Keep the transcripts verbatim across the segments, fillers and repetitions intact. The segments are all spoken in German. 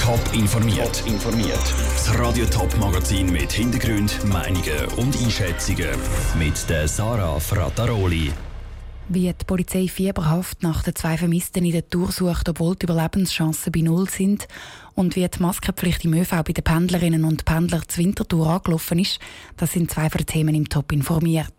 Top informiert. informiert. Das Radio Top Magazin mit Hintergrund, Meinungen und Einschätzungen mit der Sarah Frataroli. Wie die Polizei fieberhaft nach den zwei Vermissten in der Tour sucht, obwohl die Überlebenschancen bei Null sind, und wie die Maskenpflicht im ÖV bei den Pendlerinnen und Pendlern zur Wintertour angelaufen ist, das sind zwei von den Themen im Top informiert.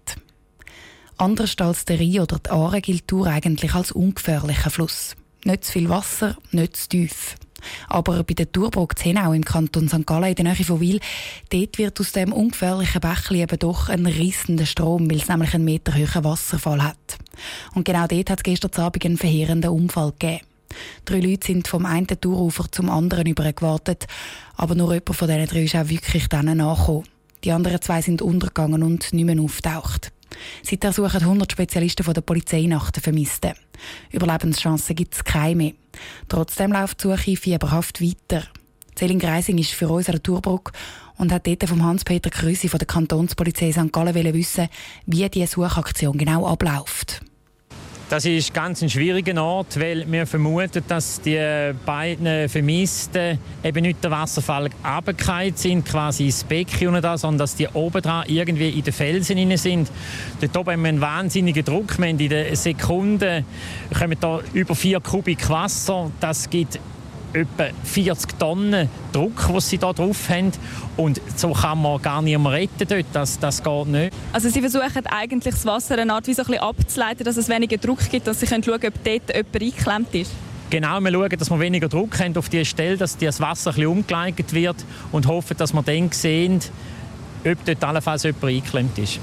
Anders als der Rhein oder die Aare gilt die Tour eigentlich als ungefährlicher Fluss. Nicht zu viel Wasser, nicht zu tief. Aber bei der Tourburg Zenau im Kanton Sankt Gallen in der Nähe von Wil, dort wird aus dem ungefährlichen Bächli eben doch ein reissender Strom, weil es nämlich einen Meter hohen Wasserfall hat. Und genau dort hat es gestern Abend einen verheerenden Unfall gegeben. Drei Leute sind vom einen Tourufer zum anderen übergewartet, aber nur jemand von diesen drei ist auch wirklich denen nachgekommen. Die anderen zwei sind untergegangen und nicht mehr auftaucht. Seither suchen hundert Spezialisten von der Polizei nach den Vermissten. Überlebenschancen gibt es keine mehr. Trotzdem läuft die Suche fieberhaft weiter. Céline Greising ist für uns an der Tourbrücke und hat dort vom Hans-Peter Krüsi von der Kantonspolizei Sankt Gallen wissen, wie diese Suchaktion genau abläuft. Das ist ganz ein schwieriger Ort, weil wir vermuten, dass die beiden Vermissten eben nicht der Wasserfall runtergefallen sind, quasi ins Becken und da, sondern dass die oben dran irgendwie in den Felsen drin sind. Dort oben haben wir einen wahnsinnigen Druck. Wir haben in der Sekunde kommen da über vier Kubik Wasser. Das gibt etwa vierzig Tonnen Druck, den sie da drauf haben. Und so kann man gar niemanden retten dort. Das, das geht nicht. Also Sie versuchen eigentlich das Wasser eine Art wie so ein bisschen abzuleiten, dass es weniger Druck gibt, dass Sie schauen können, ob dort jemand eingeklemmt ist? Genau, wir schauen, dass wir weniger Druck haben auf die Stelle, dass das Wasser ein bisschen umgeleitet wird und hoffen, dass wir dann sehen, ob dort allenfalls jemand eingeklemmt ist.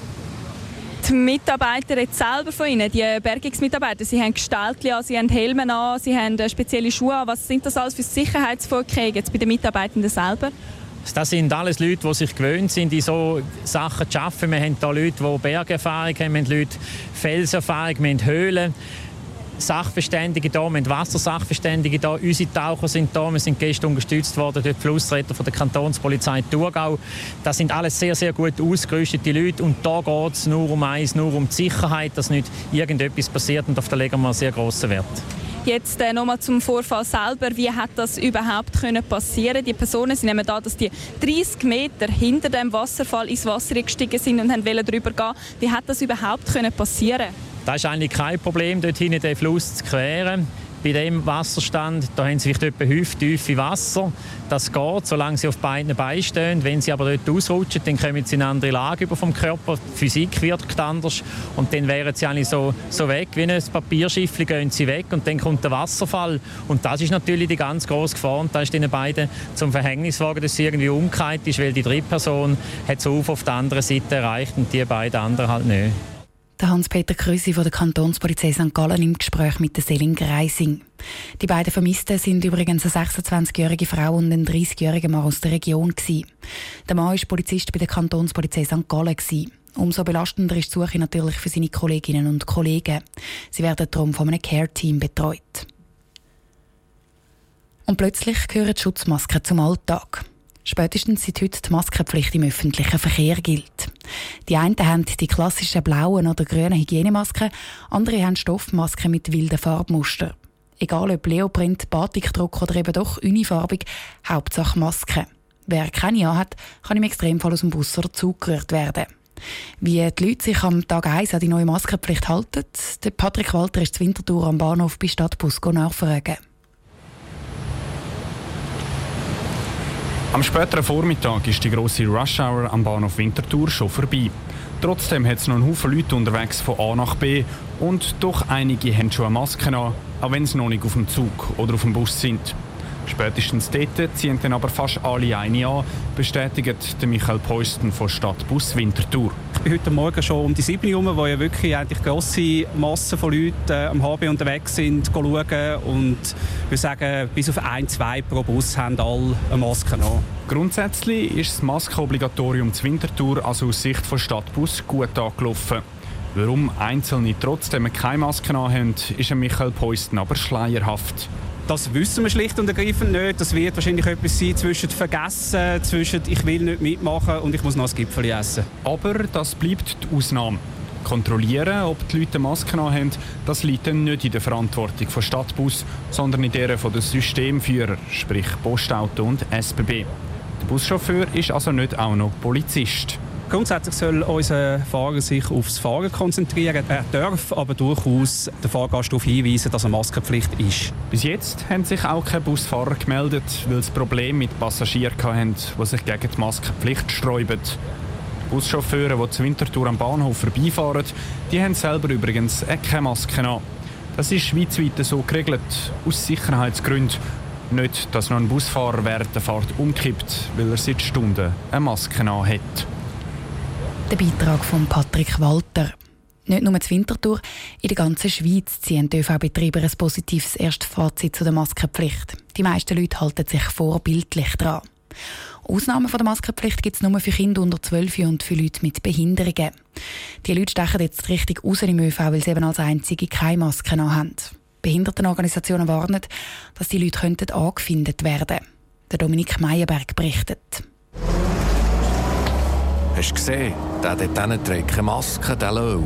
Die Mitarbeiter jetzt selber von Ihnen, die Bergungsmitarbeiter, sie haben Gestaltchen an, sie haben Helme an, sie haben spezielle Schuhe an. Was sind das alles für Sicherheitsvorkehrungen jetzt bei den Mitarbeitenden selber? Das sind alles Leute, die sich gewöhnt sind, in so Sachen zu arbeiten. Wir haben hier Leute, die Bergerfahrung haben, wir haben Leute Felserfahrung, wir haben Höhlen. Sachverständige da, wir haben Wassersachverständige da, unsere Taucher sind da, wir sind gestern unterstützt worden durch die Flussretter von der Kantonspolizei Thurgau. Das sind alles sehr, sehr gut ausgerüstete Leute und da geht es nur um eins, nur um die Sicherheit, dass nicht irgendetwas passiert und auf das legen wir einen sehr grossen Wert. Jetzt äh, nochmal zum Vorfall selber. Wie hat das überhaupt können passieren? Die Personen, sie nehmen an, dass die dreißig Meter hinter dem Wasserfall ins Wasser gestiegen sind und wollten drüber gehen. Wie hat das überhaupt können passieren? Das ist eigentlich kein Problem, dort hinten den Fluss zu queren. Bei dem Wasserstand da haben sie vielleicht etwa hüfttiefe Wasser. Das geht, solange sie auf beiden Beinen stehen. Wenn sie aber dort ausrutschen, dann kommen sie in eine andere Lage über vom Körper. Die Physik wirkt anders. Und dann wären sie eigentlich so, so weg. Wie ein Papierschiffchen gehen sie weg und dann kommt der Wasserfall. Und das ist natürlich die ganz grosse Gefahr. Und da ist den beiden zum Verhängnis geworden, dass sie irgendwie umgekehrt ist, weil die dritte Person hat so auf, auf der anderen Seite erreicht und die beiden anderen halt nicht. Der Hans-Peter Krüsi von der Kantonspolizei Sankt Gallen im Gespräch mit der Céline Greising. Die beiden Vermissten sind übrigens eine sechsundzwanzigjährige Frau und ein dreißigjähriger Mann aus der Region gewesen. Der Mann war Polizist bei der Kantonspolizei Sankt Gallen gewesen. Umso belastender ist die Suche natürlich für seine Kolleginnen und Kollegen. Sie werden darum von einem Care-Team betreut. Und plötzlich gehören die Schutzmasken zum Alltag. Spätestens seit heute die Maskenpflicht im öffentlichen Verkehr gilt. Die einen haben die klassischen blauen oder grünen Hygienemasken, andere haben Stoffmasken mit wilden Farbmustern. Egal ob Leoprint, Batikdruck oder eben doch unifarbig, Hauptsache Maske. Wer keine hat, kann im Extremfall aus dem Bus oder Zug gerührt werden. Wie die Leute sich am Tag eins an die neue Maskenpflicht halten, der Patrick Walter ist zur Wintertour am Bahnhof bei Stadtbus nachfragen. Am späteren Vormittag ist die grosse Rush-Hour am Bahnhof Winterthur schon vorbei. Trotzdem hat es noch einen Haufen Leute unterwegs von A nach B und doch einige haben schon eine Maske an, auch wenn sie noch nicht auf dem Zug oder auf dem Bus sind. Spätestens dort ziehen dann aber fast alle eine an, bestätigt Michael Peusten von Stadtbus Winterthur. Ich bin heute Morgen schon um die sieben Uhr, wo ja wirklich eigentlich grosse Massen von Leuten äh, am H B unterwegs sind, schauen. Und ich würde sagen, bis auf ein, zwei pro Bus haben alle eine Maske an. Grundsätzlich ist das Maskenobligatorium zur Winterthur also aus Sicht von Stadtbus gut angelaufen. Warum Einzelne trotzdem keine Maske haben, ist Michael Peusten aber schleierhaft. Das wissen wir schlicht und ergreifend nicht. Das wird wahrscheinlich etwas sein zwischen Vergessen, zwischen ich will nicht mitmachen und ich muss noch ein Gipfeli essen. Aber das bleibt die Ausnahme. Kontrollieren, ob die Leute Masken haben, das liegt dann nicht in der Verantwortung von Stadtbus, sondern in der von den Systemführern, sprich Postauto und S B B. Der Buschauffeur ist also nicht auch noch Polizist. Grundsätzlich soll unser Fahrer sich aufs Fahren konzentrieren. Er darf aber durchaus den Fahrgast darauf hinweisen, dass er Maskenpflicht ist. Bis jetzt haben sich auch keine Busfahrer gemeldet, weil sie Probleme mit Passagieren hatten, die sich gegen die Maskenpflicht sträuben. Die Buschauffeure, die zur Winterthur am Bahnhof vorbeifahren, die haben selber übrigens keine Maske an. Das ist schweizweit so geregelt, aus Sicherheitsgründen. Nicht, dass noch ein Busfahrer während der Fahrt umkippt, weil er seit Stunden eine Maske an hat. Der Beitrag von Patrick Walter. Nicht nur in Winterthur, in der ganzen Schweiz ziehen die ÖV-Betreiber ein positives Erstfazit zu der Maskenpflicht. Die meisten Leute halten sich vorbildlich daran. Ausnahmen von der Maskenpflicht gibt es nur für Kinder unter zwölf und für Leute mit Behinderungen. Die Leute stechen jetzt richtig raus im ÖV, weil sie eben als einzige keine Masken haben. Behindertenorganisationen warnen, dass die Leute könnten angefindet werden. Der Dominik Meyerberg berichtet. Hast du gesehen? Der dort hinten trägt keine Maske, der Löw.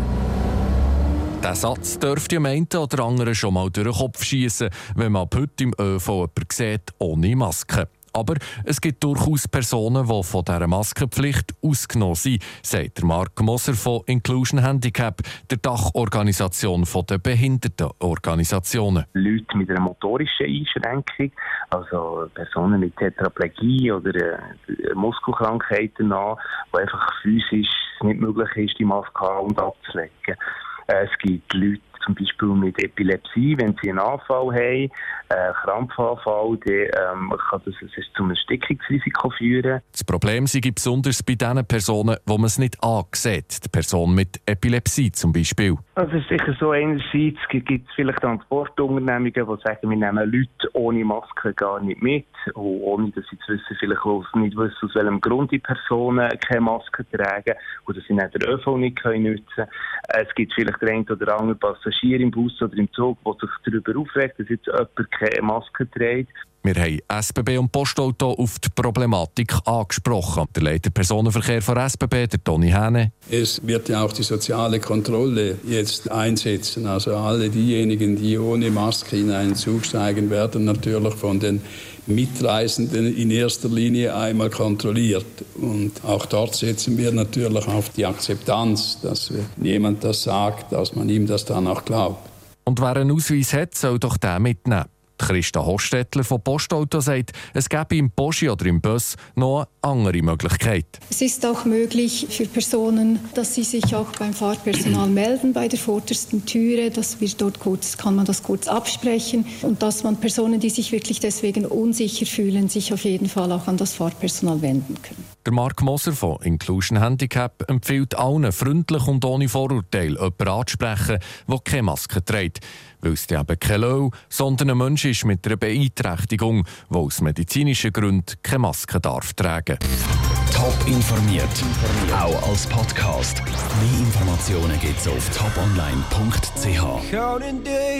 Diesen Satz dürfte dem einen oder anderen schon mal durch den Kopf schiessen, wenn man ab heute im ÖV jemanden sieht ohne Maske. Aber es gibt durchaus Personen, die von dieser Maskenpflicht ausgenommen sind, sagt der Marc Moser von Inclusion Handicap, der Dachorganisation der Behindertenorganisationen. Leute mit einer motorischen Einschränkung, also Personen mit Tetraplegie oder äh, Muskelkrankheiten an, wo einfach physisch nicht möglich ist, die Maske an- und abzulegen. Äh, es gibt Leute, zum Beispiel mit Epilepsie, wenn sie einen Anfall haben, einen Krampfanfall, dann ähm, kann das, das zu einem Erstickungsrisiko führen. Das Problem sei besonders bei den Personen, wo man es nicht ansieht. Die Person mit Epilepsie zum Beispiel. Also es ist sicher so, einerseits gibt es vielleicht Transportunternehmungen, die sagen, wir nehmen Leute ohne Maske gar nicht mit, und ohne dass sie zu wissen, vielleicht auch nicht wissen, aus welchem Grund die Personen keine Maske tragen oder sie nicht den ÖV nicht nutzen können. Es gibt vielleicht den einen oder anderen Passagier im Bus oder im Zug, der sich darüber aufregt, dass jetzt jemand keine Maske trägt. Wir haben S B B und Postauto auf die Problematik angesprochen. Der Leiter Personenverkehr von S B B, der Toni Hähne. Es wird ja auch die soziale Kontrolle jetzt einsetzen. Also alle diejenigen, die ohne Maske in einen Zug steigen, werden natürlich von den Mitreisenden in erster Linie einmal kontrolliert. Und auch dort setzen wir natürlich auf die Akzeptanz, dass jemand das sagt, dass man ihm das dann auch glaubt. Und wer einen Ausweis hat, soll doch den mitnehmen. Christa Hostetler von Postauto sagt, es gäbe im Poschi oder im Bus noch eine andere Möglichkeit. Es ist auch möglich für Personen, dass sie sich auch beim Fahrpersonal melden bei der vordersten Türe, dass wir dort kurz, kann man das kurz absprechen und dass man Personen, die sich wirklich deswegen unsicher fühlen, sich auf jeden Fall auch an das Fahrpersonal wenden können. Der Marc Moser von Inclusion Handicap empfiehlt allen, freundlich und ohne Vorurteil jemanden anzusprechen, der keine Maske trägt. Weil es eben kein Löw, sondern ein Mensch ist mit einer Beeinträchtigung, der aus medizinischen Gründen keine Maske darf tragen. Top informiert, auch als Podcast. Mehr Informationen gibt es auf top online punkt c h.